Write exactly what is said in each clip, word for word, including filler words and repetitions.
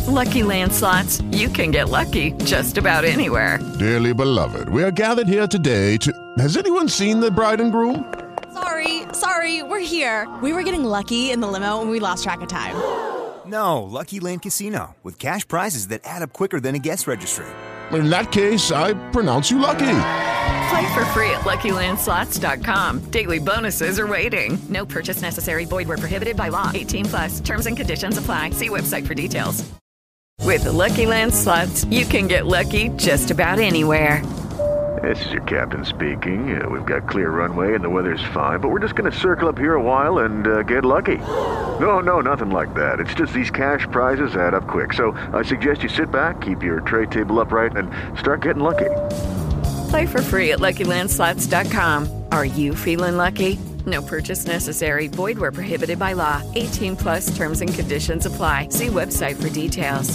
Lucky Land Slots, you can get lucky just about anywhere. Dearly beloved, we are gathered here today to... Has anyone seen the bride and groom? Sorry, sorry, we're here. We were getting lucky in the limo and we lost track of time. No, Lucky Land Casino, with cash prizes that add up quicker than a guest registry. In that case, I pronounce you lucky. Play for free at Lucky Land Slots dot com. Daily bonuses are waiting. No purchase necessary. Void where prohibited by law. eighteen plus. Terms and conditions apply. See website for details. With the Lucky Land Slots, you can get lucky just about anywhere. This is your captain speaking. Uh, we've got clear runway and the weather's fine, but we're just going to circle up here a while and uh, get lucky. No, no, nothing like that. It's just these cash prizes add up quick. So I suggest you sit back, keep your tray table upright, and start getting lucky. Play for free at Lucky Land Slots dot com. Are you feeling lucky? No purchase necessary. Void where prohibited by law. eighteen plus terms and conditions apply. See website for details.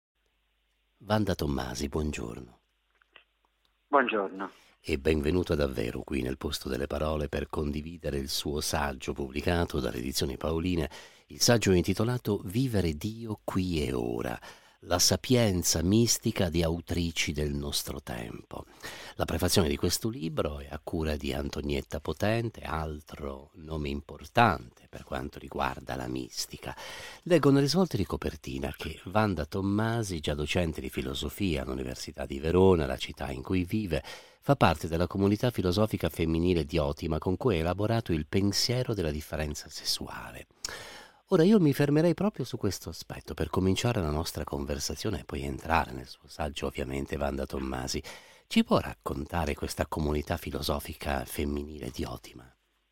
Wanda Tommasi, buongiorno. Buongiorno. E benvenuto davvero qui nel Posto delle Parole per condividere il suo saggio pubblicato dalle edizioni Paoline, il saggio intitolato Vivere Dio qui e ora, la sapienza mistica di autrici del nostro tempo. La prefazione di questo libro è a cura di Antonietta Potente, altro nome importante per quanto riguarda la mistica. Leggo nel risvolto di copertina che Wanda Tommasi, già docente di filosofia all'Università di Verona, la città in cui vive, fa parte della comunità filosofica femminile Diotima con cui ha elaborato il pensiero della differenza sessuale. Ora io mi fermerei proprio su questo aspetto per cominciare la nostra conversazione e poi entrare nel suo saggio, ovviamente, Wanda Tommasi. Ci può raccontare questa comunità filosofica femminile Diotima?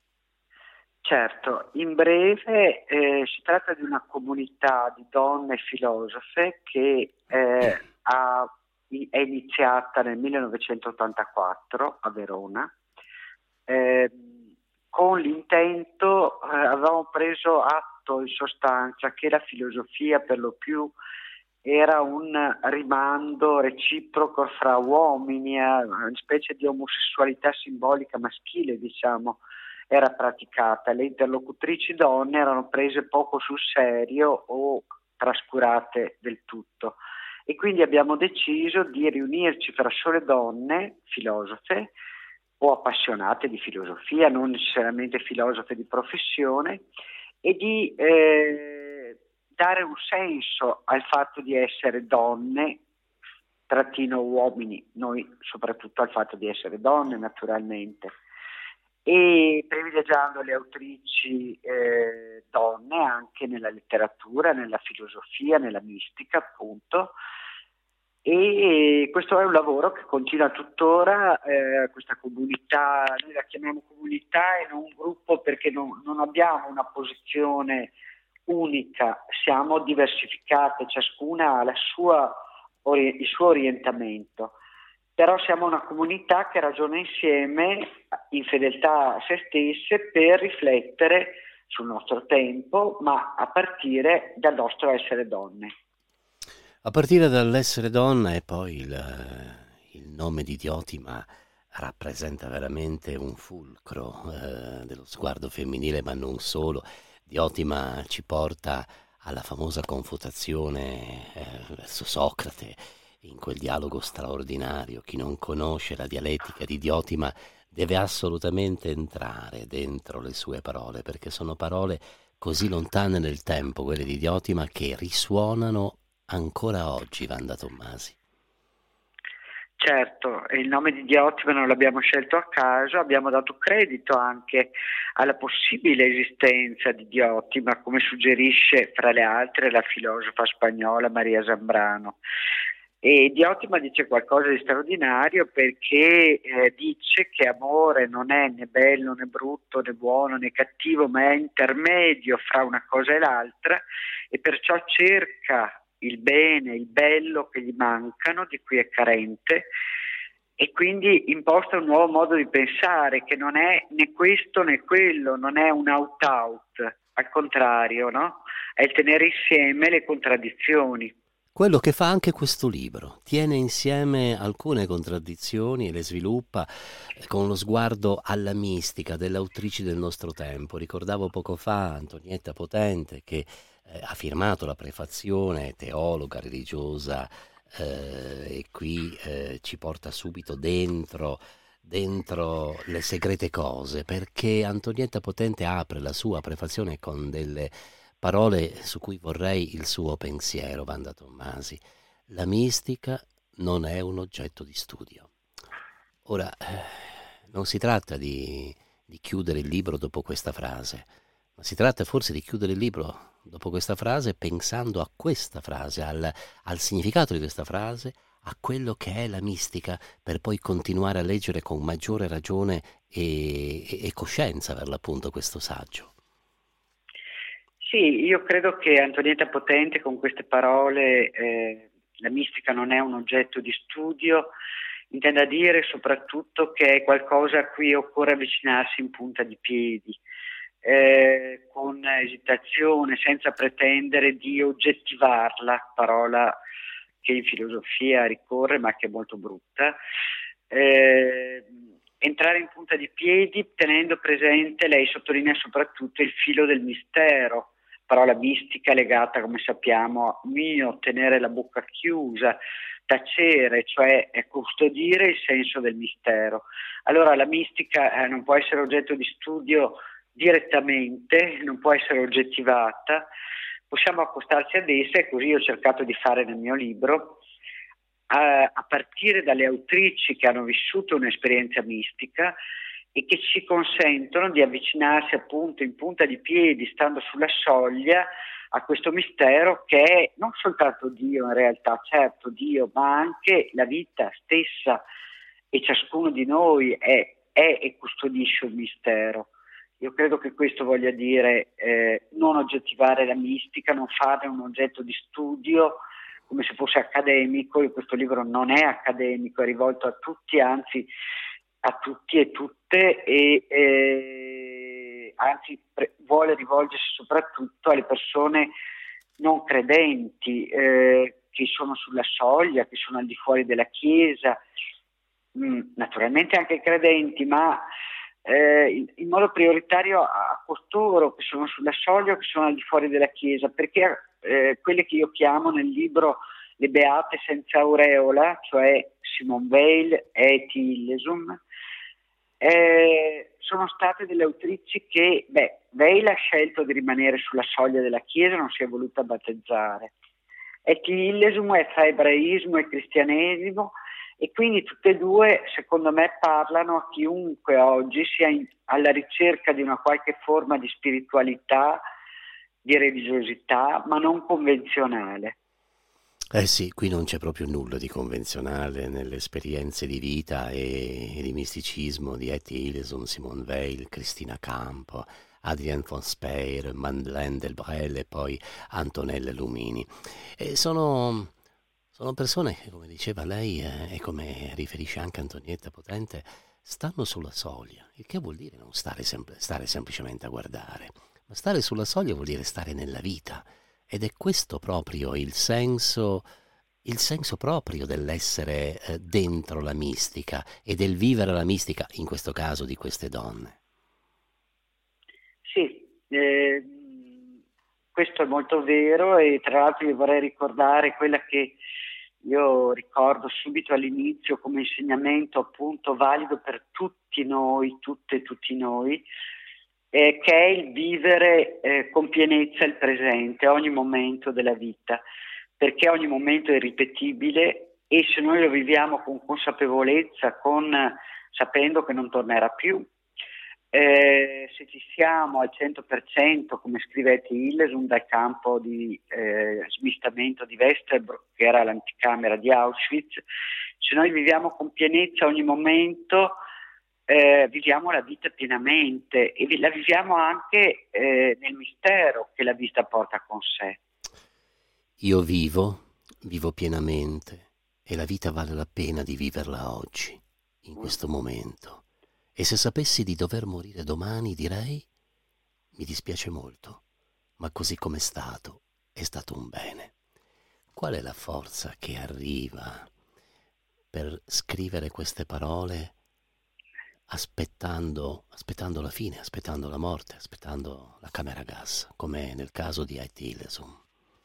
Certo, in breve eh, si tratta di una comunità di donne filosofe che eh, ha, è iniziata nel millenovecentottantaquattro a Verona. Eh, con l'intento, eh, avevamo preso atto in sostanza che la filosofia per lo più era un rimando reciproco fra uomini, una specie di omosessualità simbolica maschile, diciamo, era praticata. Le interlocutrici donne erano prese poco sul serio o trascurate del tutto. E quindi abbiamo deciso di riunirci fra sole donne filosofe o appassionate di filosofia, non necessariamente filosofe di professione, e di eh, dare un senso al fatto di essere donne, trattino uomini, noi soprattutto al fatto di essere donne naturalmente, e privilegiando le autrici eh, donne anche nella letteratura, nella filosofia, nella mistica appunto. E questo è un lavoro che continua tuttora, eh, questa comunità, noi la chiamiamo comunità e non un gruppo perché non, non abbiamo una posizione unica, siamo diversificate, ciascuna ha la sua, il suo orientamento, però siamo una comunità che ragiona insieme in fedeltà a se stesse per riflettere sul nostro tempo, ma a partire dal nostro essere donne. A partire dall'essere donna, e poi il, il nome di Diotima rappresenta veramente un fulcro eh, dello sguardo femminile, ma non solo. Diotima ci porta alla famosa confutazione eh, verso Socrate, in quel dialogo straordinario. Chi non conosce la dialettica di Diotima deve assolutamente entrare dentro le sue parole, perché sono parole così lontane nel tempo, quelle di Diotima, che risuonano ancora oggi, Wanda Tommasi. Certo, il nome di Diotima non l'abbiamo scelto a caso, abbiamo dato credito anche alla possibile esistenza di Diotima, come suggerisce fra le altre la filosofa spagnola Maria Zambrano. E Diotima dice qualcosa di straordinario perché eh, dice che amore non è né bello né brutto né buono né cattivo, ma è intermedio fra una cosa e l'altra, e perciò cerca il bene, il bello che gli mancano, di cui è carente, e quindi imposta un nuovo modo di pensare che non è né questo né quello, non è un out-out, al contrario, no? È il tenere insieme le contraddizioni. Quello che fa anche questo libro, tiene insieme alcune contraddizioni e le sviluppa con lo sguardo alla mistica delle autrici del nostro tempo. Ricordavo poco fa Antonietta Potente che eh, ha firmato la prefazione, teologa, religiosa, eh, e qui eh, ci porta subito dentro, dentro le segrete cose, perché Antonietta Potente apre la sua prefazione con delle parole su cui vorrei il suo pensiero, Wanda Tommasi. La mistica non è un oggetto di studio. Ora, eh, non si tratta di, di chiudere il libro dopo questa frase, ma si tratta forse di chiudere il libro dopo questa frase pensando a questa frase, al, al significato di questa frase, a quello che è la mistica, per poi continuare a leggere con maggiore ragione e, e, e coscienza, per l'appunto, questo saggio. Sì, io credo che Antonietta Potente con queste parole, eh, la mistica non è un oggetto di studio, intenda dire soprattutto che è qualcosa a cui occorre avvicinarsi in punta di piedi, eh, con esitazione, senza pretendere di oggettivarla, parola che in filosofia ricorre ma che è molto brutta, eh, entrare in punta di piedi tenendo presente, lei sottolinea soprattutto il filo del mistero, parola mistica legata, come sappiamo, a mio, tenere la bocca chiusa, tacere, cioè custodire il senso del mistero. Allora la mistica eh, non può essere oggetto di studio direttamente, non può essere oggettivata, possiamo accostarci ad essa, e così ho cercato di fare nel mio libro, a, a partire dalle autrici che hanno vissuto un'esperienza mistica e che ci consentono di avvicinarsi appunto in punta di piedi, stando sulla soglia, a questo mistero che è non soltanto Dio in realtà, certo Dio, ma anche la vita stessa, e ciascuno di noi è, è e custodisce un mistero. Io credo che questo voglia dire eh, non oggettivare la mistica, non farne un oggetto di studio come se fosse accademico. E questo libro non è accademico, è rivolto a tutti, anzi a tutti e tutte, e eh, anzi pre- vuole rivolgersi soprattutto alle persone non credenti, eh, che sono sulla soglia, che sono al di fuori della Chiesa, mm, naturalmente anche credenti, ma Eh, in, in modo prioritario a costoro che sono sulla soglia, che sono al di fuori della Chiesa, perché eh, quelle che io chiamo nel libro le beate senza aureola, cioè Simone Weil e Hillesum, eh, sono state delle autrici che, beh, Weil ha scelto di rimanere sulla soglia della Chiesa, non si è voluta battezzare, e Hillesum è fra ebraismo e cristianesimo, e quindi tutte e due, secondo me, parlano a chiunque oggi sia in, alla ricerca di una qualche forma di spiritualità, di religiosità, ma non convenzionale. Eh sì, qui non c'è proprio nulla di convenzionale nelle esperienze di vita e, e di misticismo di Etty Hillesum, Simone Weil, Cristina Campo, Adrienne von Speyer, Madeleine Delbrel e poi Antonella Lumini. E sono... Sono persone che, come diceva lei eh, e come riferisce anche Antonietta Potente, stanno sulla soglia, il che vuol dire non stare, sem- stare semplicemente a guardare, ma stare sulla soglia vuol dire stare nella vita, ed è questo proprio il senso, il senso proprio dell'essere eh, dentro la mistica e del vivere la mistica, in questo caso di queste donne. Sì, eh, questo è molto vero, e tra l'altro io vorrei ricordare quella che io ricordo subito all'inizio come insegnamento appunto valido per tutti noi, tutte e tutti noi, eh, che è il vivere eh, con pienezza il presente, ogni momento della vita, perché ogni momento è irripetibile, e se noi lo viviamo con consapevolezza, con, sapendo che non tornerà più, Eh, se ci siamo al cento per cento, come scrive Etty Hillesum, dal campo di eh, smistamento di Westerbork, che era l'anticamera di Auschwitz, se noi viviamo con pienezza ogni momento, eh, viviamo la vita pienamente, e la viviamo anche eh, nel mistero che la vita porta con sé. Io vivo, vivo pienamente, e la vita vale la pena di viverla oggi, in questo momento. E se sapessi di dover morire domani, direi: mi dispiace molto, ma così come è stato, è stato un bene. Qual è la forza che arriva per scrivere queste parole aspettando, aspettando la fine, aspettando la morte, aspettando la camera gas, come nel caso di Etty Hillesum.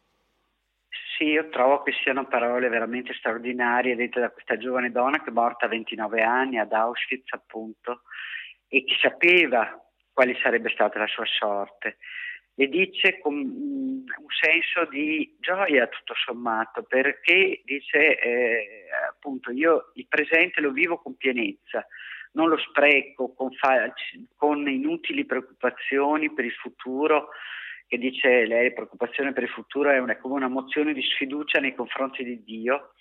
Sì, io trovo che siano parole veramente straordinarie dette da questa giovane donna che è morta a ventinove anni ad Auschwitz, appunto, e che sapeva quale sarebbe stata la sua sorte. E dice con un senso di gioia tutto sommato, perché dice eh, appunto io il presente lo vivo con pienezza, non lo spreco con, fa- con inutili preoccupazioni per il futuro, che dice lei preoccupazione per il futuro è, una, è come una mozione di sfiducia nei confronti di Dio,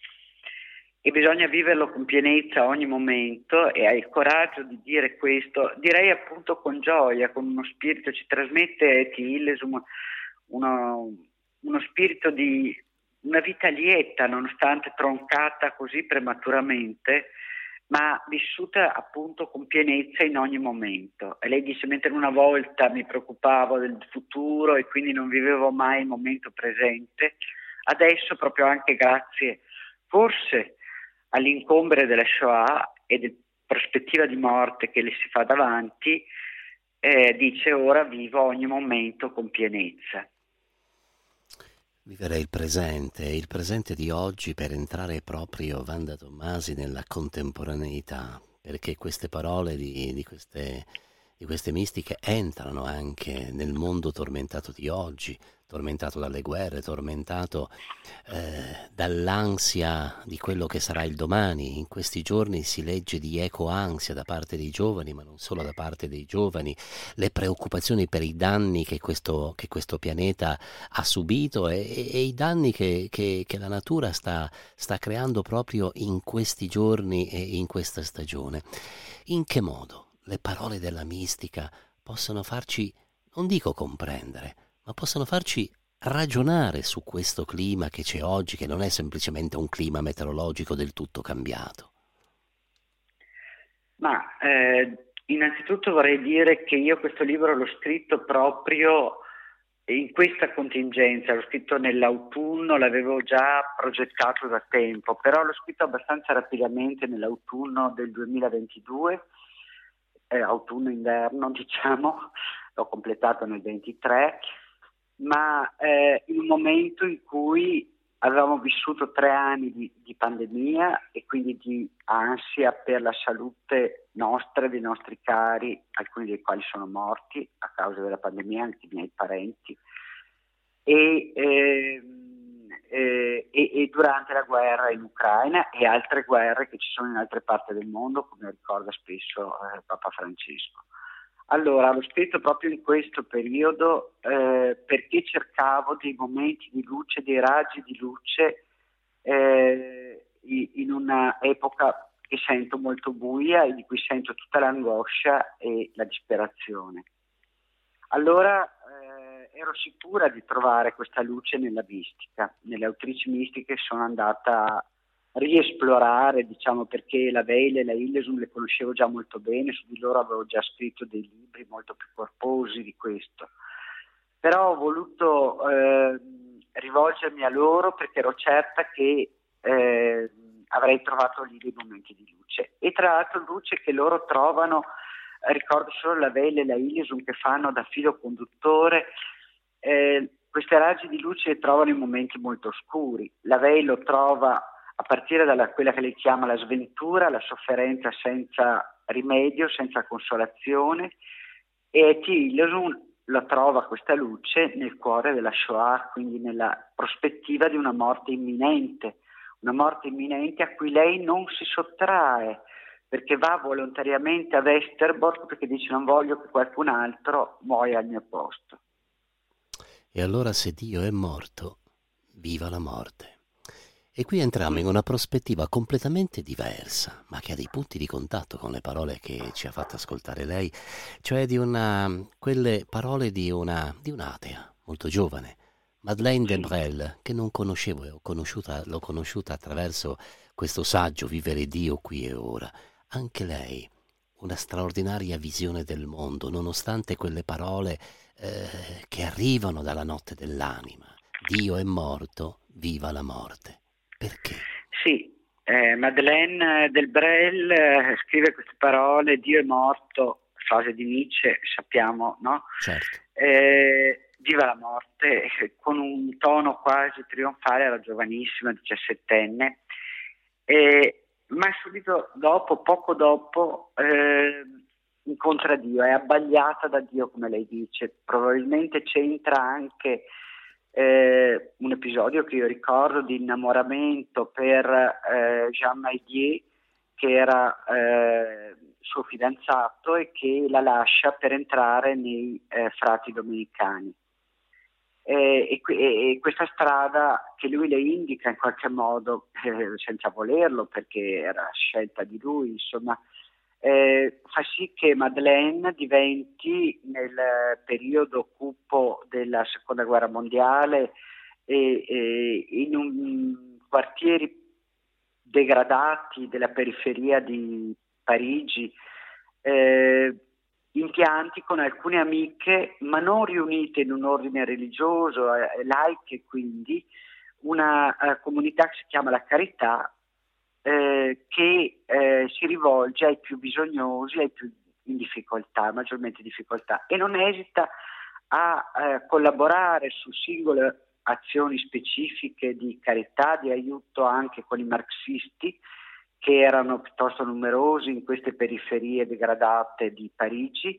e bisogna viverlo con pienezza a ogni momento, e ha il coraggio di dire questo, direi appunto con gioia, con uno spirito, ci trasmette Etty Hillesum uno, uno spirito di una vita lieta nonostante troncata così prematuramente, ma vissuta appunto con pienezza in ogni momento. E lei dice: mentre una volta mi preoccupavo del futuro e quindi non vivevo mai il momento presente, adesso, proprio anche grazie forse all'incombere della Shoah e della prospettiva di morte che le si fa davanti, eh, dice: ora vivo ogni momento con pienezza. Vivere il presente, il presente di oggi, per entrare proprio, Wanda Tommasi, nella contemporaneità, perché queste parole di, di, queste, di queste mistiche entrano anche nel mondo tormentato di oggi, tormentato dalle guerre, tormentato eh, dall'ansia di quello che sarà il domani. In questi giorni si legge di eco-ansia da parte dei giovani, ma non solo da parte dei giovani, le preoccupazioni per i danni che questo, che questo pianeta ha subito e, e, e i danni che, che, che la natura sta, sta creando proprio in questi giorni e in questa stagione. In che modo le parole della mistica possono farci, non dico comprendere, ma possono farci ragionare su questo clima che c'è oggi, che non è semplicemente un clima meteorologico del tutto cambiato? Ma eh, innanzitutto vorrei dire che io questo libro l'ho scritto proprio in questa contingenza, l'ho scritto nell'autunno, l'avevo già progettato da tempo, però l'ho scritto abbastanza rapidamente nell'autunno del duemilaventidue, eh, autunno-inverno diciamo, l'ho completato nel ventitré, ma eh, in un momento in cui avevamo vissuto tre anni di, di pandemia e quindi di ansia per la salute nostra e dei nostri cari, alcuni dei quali sono morti a causa della pandemia, anche i miei parenti, e, eh, eh, e, e durante la guerra in Ucraina e altre guerre che ci sono in altre parti del mondo, come ricorda spesso eh, Papa Francesco. Allora, l'ho scritto proprio in questo periodo eh, perché cercavo dei momenti di luce, dei raggi di luce eh, in una epoca che sento molto buia e di cui sento tutta l'angoscia e la disperazione. Allora eh, ero sicura di trovare questa luce nella mistica, nelle autrici mistiche sono andata a riesplorare, diciamo, perché la Weil e la Hillesum le conoscevo già molto bene, su di loro avevo già scritto dei libri molto più corposi di questo, però ho voluto eh, rivolgermi a loro perché ero certa che eh, avrei trovato lì dei momenti di luce, e tra l'altro luce che loro trovano, eh, ricordo solo la Weil e la Hillesum che fanno da filo conduttore, eh, queste raggi di luce le trovano in momenti molto oscuri. La Weil lo trova a partire da quella che lei chiama la sventura, la sofferenza senza rimedio, senza consolazione, e Etty Hillesum la trova questa luce nel cuore della Shoah, quindi nella prospettiva di una morte imminente, una morte imminente a cui lei non si sottrae, perché va volontariamente a Westerbork perché dice: non voglio che qualcun altro muoia al mio posto. E allora, se Dio è morto, viva la morte. E qui entriamo in una prospettiva completamente diversa, ma che ha dei punti di contatto con le parole che ci ha fatto ascoltare lei, cioè di una, quelle parole di una di un'atea molto giovane, Madeleine de Brel, che non conoscevo e ho conosciuta, l'ho conosciuta attraverso questo saggio Vivere Dio qui e ora. Anche lei, una straordinaria visione del mondo, nonostante quelle parole eh, che arrivano dalla notte dell'anima. Dio è morto, viva la morte. Perché? Sì, Eh, Madeleine Delbrel eh, scrive queste parole: Dio è morto, frase di Nietzsche, sappiamo, no? Certo. Eh, viva la morte, eh, con un tono quasi trionfale, era giovanissima, diciassettenne, eh, ma subito dopo, poco dopo, eh, incontra Dio, è abbagliata da Dio, come lei dice. Probabilmente c'entra anche Eh, un episodio che io ricordo di innamoramento per eh, Jean Maillet, che era eh, suo fidanzato e che la lascia per entrare nei eh, frati domenicani. E, e, e questa strada che lui le indica in qualche modo, eh, senza volerlo, perché era scelta di lui, insomma, Eh, fa sì che Madeleine diventi, nel periodo cupo della seconda guerra mondiale e, e in un, quartieri degradati della periferia di Parigi, eh, impianti con alcune amiche, ma non riunite in un ordine religioso, eh, laiche, quindi una eh, comunità che si chiama La Carità, Eh, che eh, si rivolge ai più bisognosi, ai più in difficoltà, maggiormente difficoltà, e non esita a eh, collaborare su singole azioni specifiche di carità, di aiuto anche con i marxisti, che erano piuttosto numerosi in queste periferie degradate di Parigi,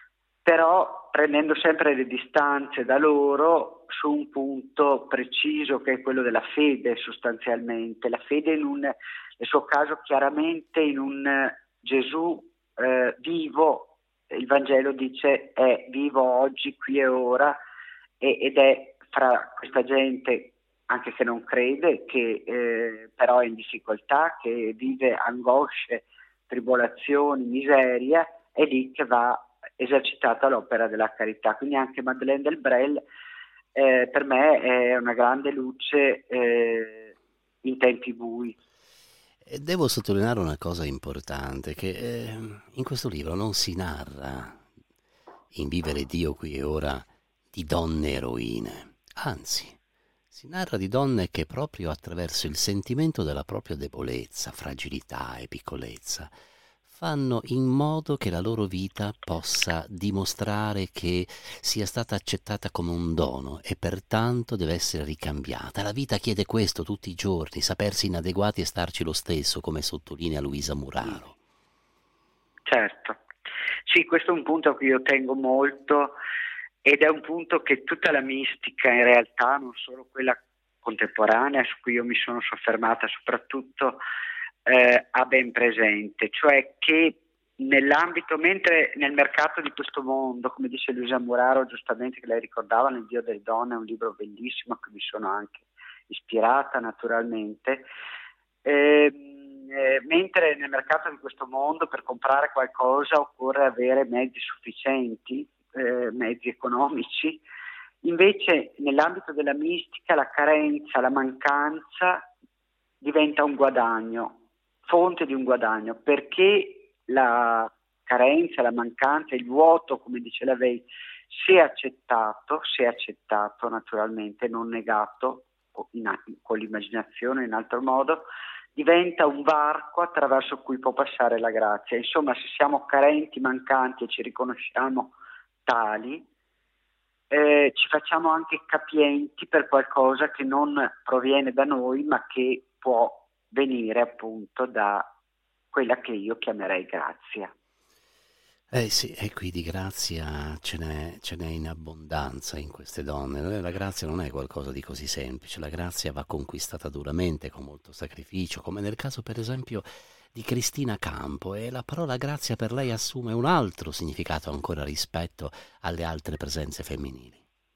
però prendendo sempre le distanze da loro su un punto preciso, che è quello della fede, sostanzialmente. La fede in un, nel suo caso chiaramente in un Gesù eh, vivo. Il Vangelo dice è vivo oggi, qui e ora, e, ed è fra questa gente, anche che non crede, che eh, però è in difficoltà, che vive angosce, tribolazioni, miseria, è lì che va esercitata l'opera della carità. Quindi anche Madeleine Delbrel eh, per me è una grande luce eh, in tempi bui. Devo sottolineare una cosa importante, che eh, in questo libro non si narra, in Vivere Dio qui e ora, di donne eroine, anzi si narra di donne che proprio attraverso il sentimento della propria debolezza, fragilità e piccolezza fanno in modo che la loro vita possa dimostrare che sia stata accettata come un dono e pertanto deve essere ricambiata. La vita chiede questo tutti i giorni, sapersi inadeguati e starci lo stesso, come sottolinea Luisa Muraro. Certo, sì, questo è un punto a cui io tengo molto, ed è un punto che tutta la mistica, in realtà, non solo quella contemporanea, su cui io mi sono soffermata soprattutto, Eh, ha ben presente, cioè che nell'ambito, mentre nel mercato di questo mondo, come dice Luisa Muraro giustamente, che lei ricordava nel Dio delle donne, è un libro bellissimo a cui mi sono anche ispirata naturalmente, eh, eh, mentre nel mercato di questo mondo per comprare qualcosa occorre avere mezzi sufficienti, eh, mezzi economici, invece nell'ambito della mistica la carenza, la mancanza diventa un guadagno, fonte di un guadagno, perché la carenza, la mancanza, il vuoto, come dice la Weil, se accettato, se accettato naturalmente, non negato in, con l'immaginazione in altro modo, diventa un varco attraverso cui può passare la grazia. Insomma, se siamo carenti, mancanti e ci riconosciamo tali, eh, ci facciamo anche capienti per qualcosa che non proviene da noi, ma che può venire appunto da quella che io chiamerei grazia. Eh sì, e qui di grazia ce n'è, ce n'è in abbondanza in queste donne. La grazia non è qualcosa di così semplice, la grazia va conquistata duramente, con molto sacrificio, come nel caso per esempio di Cristina Campo, e la parola grazia per lei assume un altro significato ancora rispetto alle altre presenze femminili.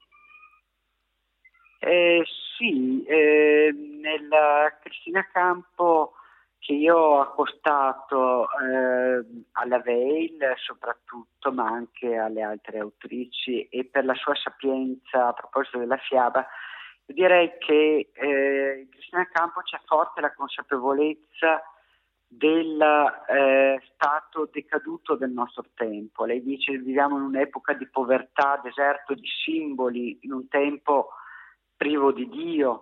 Eh, sì, eh, nella Cristina Campo, che io ho accostato eh, alla Weil soprattutto, ma anche alle altre autrici, e per la sua sapienza a proposito della fiaba, io direi che eh, in Cristina Campo c'è forte la consapevolezza del eh, stato decaduto del nostro tempo. Lei dice: viviamo in un'epoca di povertà, deserto di simboli, in un tempo privo di Dio,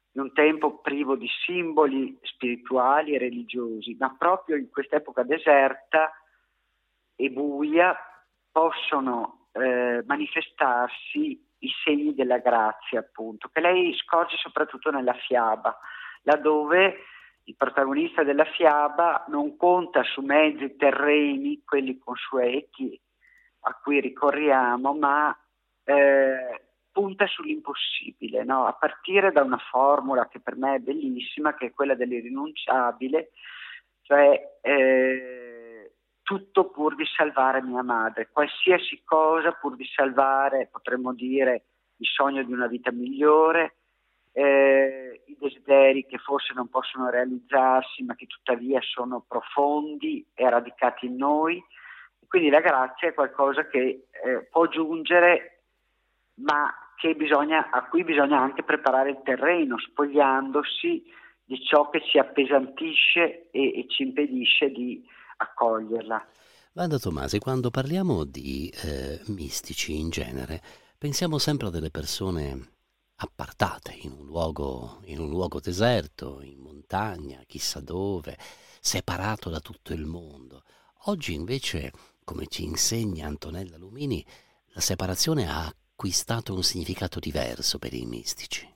in un tempo privo di simboli spirituali e religiosi, ma proprio in quest'epoca deserta e buia possono eh, manifestarsi i segni della grazia, appunto, che lei scorge soprattutto nella fiaba, laddove il protagonista della fiaba non conta su mezzi terreni, quelli consueti a cui ricorriamo, ma eh, punta sull'impossibile, no? A partire da una formula che per me è bellissima, che è quella dell'irrinunciabile, cioè eh, tutto pur di salvare mia madre, qualsiasi cosa pur di salvare, potremmo dire, il sogno di una vita migliore, eh, i desideri che forse non possono realizzarsi ma che tuttavia sono profondi e radicati in noi. Quindi la grazia è qualcosa che eh, può giungere, ma che bisogna, a cui bisogna anche preparare il terreno, spogliandosi di ciò che ci appesantisce e, e ci impedisce di accoglierla. Wanda Tomasi, quando parliamo di eh, mistici in genere, pensiamo sempre a delle persone appartate in un luogo, in un luogo deserto, in montagna, chissà dove, separato da tutto il mondo. Oggi invece, come ci insegna Antonella Lumini, la separazione ha acquistato un significato diverso per i mistici.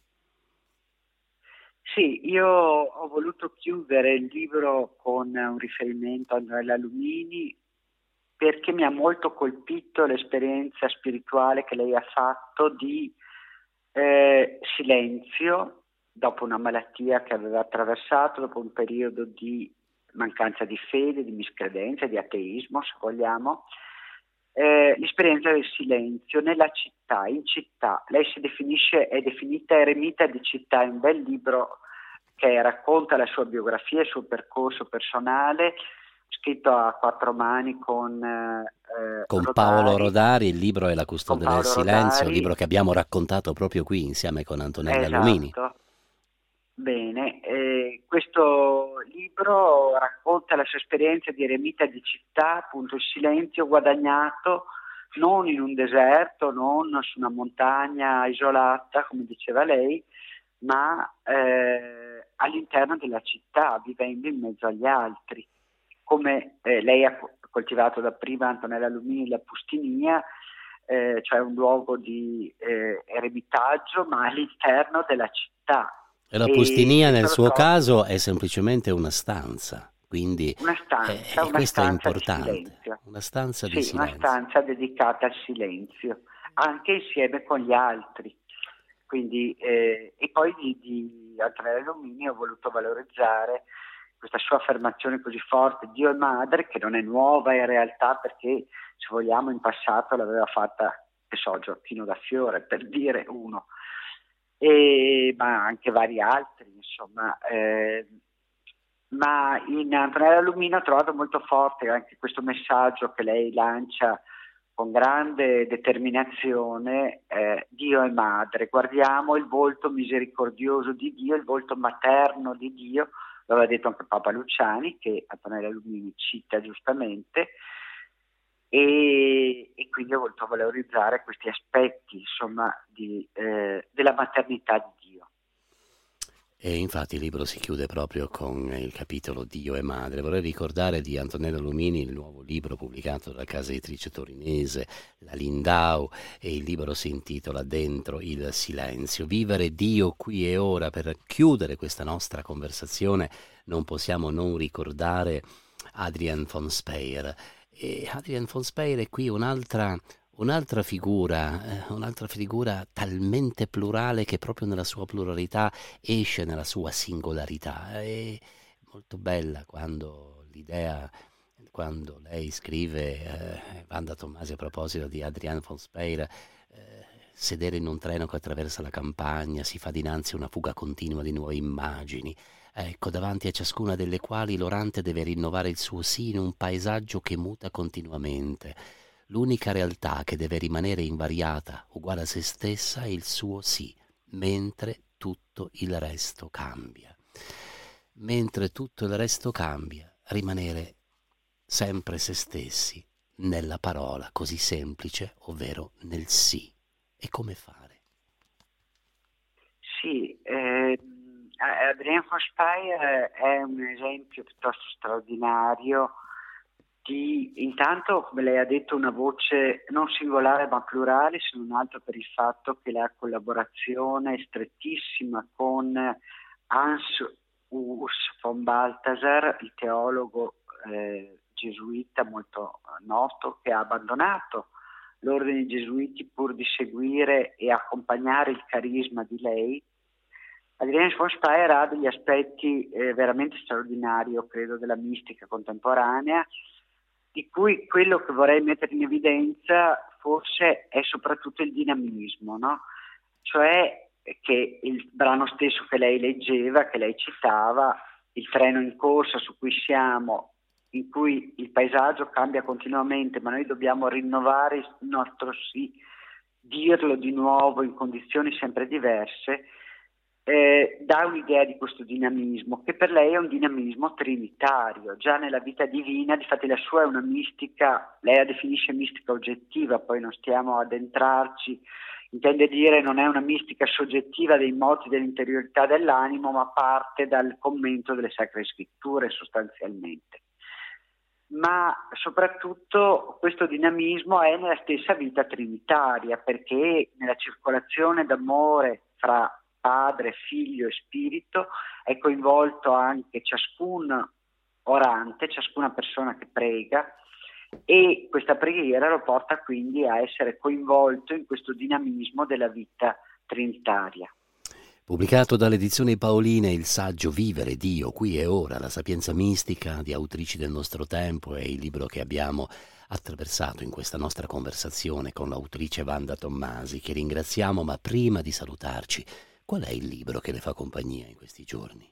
Sì, io ho voluto chiudere il libro con un riferimento a Antonella Lumini perché mi ha molto colpito l'esperienza spirituale che lei ha fatto di eh, silenzio dopo una malattia che aveva attraversato, dopo un periodo di mancanza di fede, di miscredenza, di ateismo, se vogliamo, eh, l'esperienza del silenzio nella città, in città. Lei si definisce, è definita eremita di città, è un bel libro che racconta la sua biografia, il suo percorso personale, scritto a quattro mani con eh, con Rodari. Paolo Rodari. Il libro è La custode del silenzio, Rodari. Un libro che abbiamo raccontato proprio qui insieme con Antonella Esatto. Lumini. Bene, eh, questo libro racconta la sua esperienza di eremita di città, appunto il silenzio guadagnato non in un deserto, non su una montagna isolata, come diceva lei, ma eh, all'interno della città, vivendo in mezzo agli altri. Come eh, lei ha coltivato da prima, Antonella Lumini, la pustinia, eh, cioè un luogo di eh, eremitaggio, ma all'interno della città. E la pustinia e nel suo so, caso è semplicemente una stanza, quindi una stanza, eh, una questo stanza è importante, di silenzio. Una stanza sì, di silenzio. Una stanza dedicata al silenzio, anche insieme con gli altri. Quindi, eh, e poi di, di Antonella Lumini ho voluto valorizzare questa sua affermazione così forte, Dio è madre, che non è nuova in realtà, perché se vogliamo in passato l'aveva fatta, che so, Gioacchino da Fiore, per dire uno, e, ma anche vari altri, insomma. Eh, ma in Antonella Lumini ho trovato molto forte anche questo messaggio che lei lancia con grande determinazione, eh, Dio è madre, guardiamo il volto misericordioso di Dio, il volto materno di Dio, lo aveva detto anche Papa Luciani, che Antonella Lumini cita giustamente, e, e quindi ho voluto valorizzare questi aspetti, insomma, di, eh, della maternità di Dio. E infatti il libro si chiude proprio con il capitolo Dio e Madre. Vorrei ricordare di Antonella Lumini il nuovo libro pubblicato dalla casa editrice torinese, la Lindau, e il libro si intitola Dentro il silenzio. Vivere Dio qui e ora. Per chiudere questa nostra conversazione non possiamo non ricordare Adrian von Speyer. E Adrian von Speyer è qui un'altra... Un'altra figura, eh, un'altra figura talmente plurale che proprio nella sua pluralità esce nella sua singolarità. È molto bella quando l'idea, quando lei scrive, eh, Wanda Tomasi a proposito di Adrian von Speyer, eh, sedere in un treno che attraversa la campagna, si fa dinanzi a una fuga continua di nuove immagini, ecco, davanti a ciascuna delle quali l'orante deve rinnovare il suo sì in un paesaggio che muta continuamente. L'unica realtà che deve rimanere invariata, uguale a se stessa, è il suo sì, mentre tutto il resto cambia. Mentre tutto il resto cambia, rimanere sempre se stessi nella parola così semplice, ovvero nel sì. E come fare? Sì, eh, Adrienne von Speyer è un esempio piuttosto straordinario di, intanto, come lei ha detto, una voce non singolare ma plurale, se non altro per il fatto che la collaborazione strettissima con Hans Urs von Balthasar, il teologo eh, gesuita molto noto, che ha abbandonato l'ordine dei gesuiti pur di seguire e accompagnare il carisma di lei. Adrienne von Speyer ha degli aspetti eh, veramente straordinari, io credo, della mistica contemporanea, di cui quello che vorrei mettere in evidenza forse è soprattutto il dinamismo, no? Cioè che il brano stesso che lei leggeva, che lei citava, il treno in corsa su cui siamo, in cui il paesaggio cambia continuamente, ma noi dobbiamo rinnovare il nostro sì, dirlo di nuovo in condizioni sempre diverse, eh, dà un'idea di questo dinamismo, che per lei è un dinamismo trinitario. Già nella vita divina, difatti la sua è una mistica, lei la definisce mistica oggettiva, poi non stiamo ad entrarci, intende dire non è una mistica soggettiva dei moti dell'interiorità dell'animo, ma parte dal commento delle Sacre Scritture sostanzialmente. Ma soprattutto questo dinamismo è nella stessa vita trinitaria, perché nella circolazione d'amore fra Padre, Figlio e Spirito è coinvolto anche ciascun orante, ciascuna persona che prega, e questa preghiera lo porta quindi a essere coinvolto in questo dinamismo della vita trinitaria. Pubblicato dalle edizioni Paoline il saggio Vivere Dio qui e ora, la sapienza mistica di autrici del nostro tempo, è il libro che abbiamo attraversato in questa nostra conversazione con l'autrice Wanda Tommasi, che ringraziamo. Ma prima di salutarci, qual è il libro che le fa compagnia in questi giorni?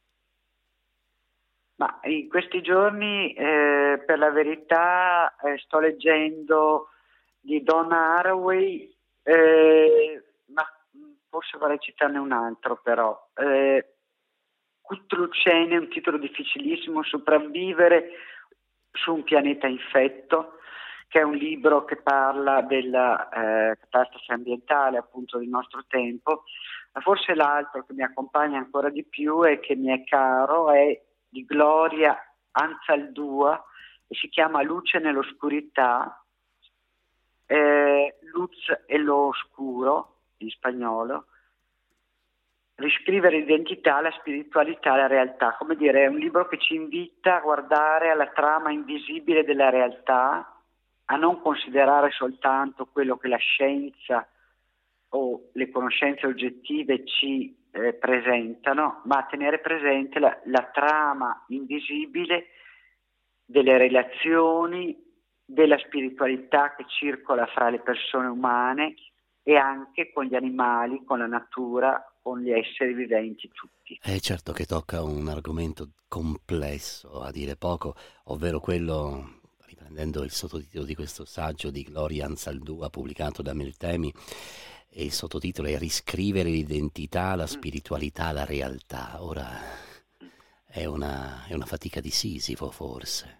Ma in questi giorni, eh, per la verità, eh, sto leggendo di Donna Haraway, eh, ma forse vorrei citarne un altro però. Eh, Cutrucene, un titolo difficilissimo, Sopravvivere su un pianeta infetto, che è un libro che parla della eh, catastrofe ambientale appunto del nostro tempo. Ma forse l'altro che mi accompagna ancora di più e che mi è caro è di Gloria Anzaldúa e si chiama Luce nell'oscurità, eh, Luz e lo oscuro in spagnolo, riscrivere l'identità, la spiritualità, la realtà. Come dire, è un libro che ci invita a guardare alla trama invisibile della realtà, a non considerare soltanto quello che la scienza o le conoscenze oggettive ci eh, presentano, ma a tenere presente la, la trama invisibile delle relazioni, della spiritualità che circola fra le persone umane e anche con gli animali, con la natura, con gli esseri viventi tutti. È certo che tocca un argomento complesso, a dire poco, ovvero quello, riprendendo il sottotitolo di questo saggio di Gloria Anzaldúa pubblicato da Meltemi, e il sottotitolo è Riscrivere l'identità, la spiritualità, la realtà. Ora è una, è una fatica di Sisifo, forse.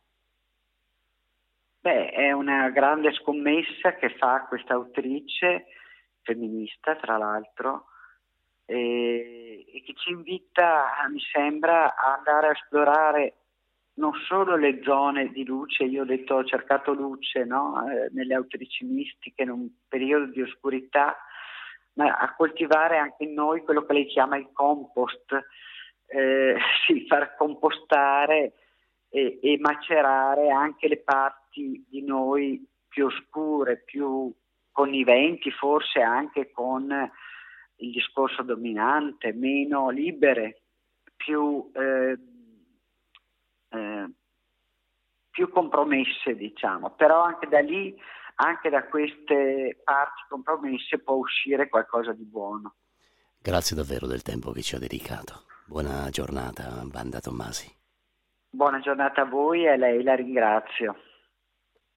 Beh, è una grande scommessa che fa questa autrice, femminista tra l'altro, e, e che ci invita, mi sembra, a andare a esplorare non solo le zone di luce. Io ho detto, ho cercato luce, no? eh, nelle autrici mistiche in un periodo di oscurità, ma a coltivare anche in noi quello che lei chiama il compost, eh, sì, far compostare e, e macerare anche le parti di noi più oscure, più conniventi forse anche con il discorso dominante, meno libere, più eh, Eh, più compromesse, diciamo. Però anche da lì, anche da queste parti compromesse può uscire qualcosa di buono. Grazie davvero del tempo che ci ha dedicato. Buona giornata, Wanda Tommasi. Buona giornata a voi e a lei, la ringrazio.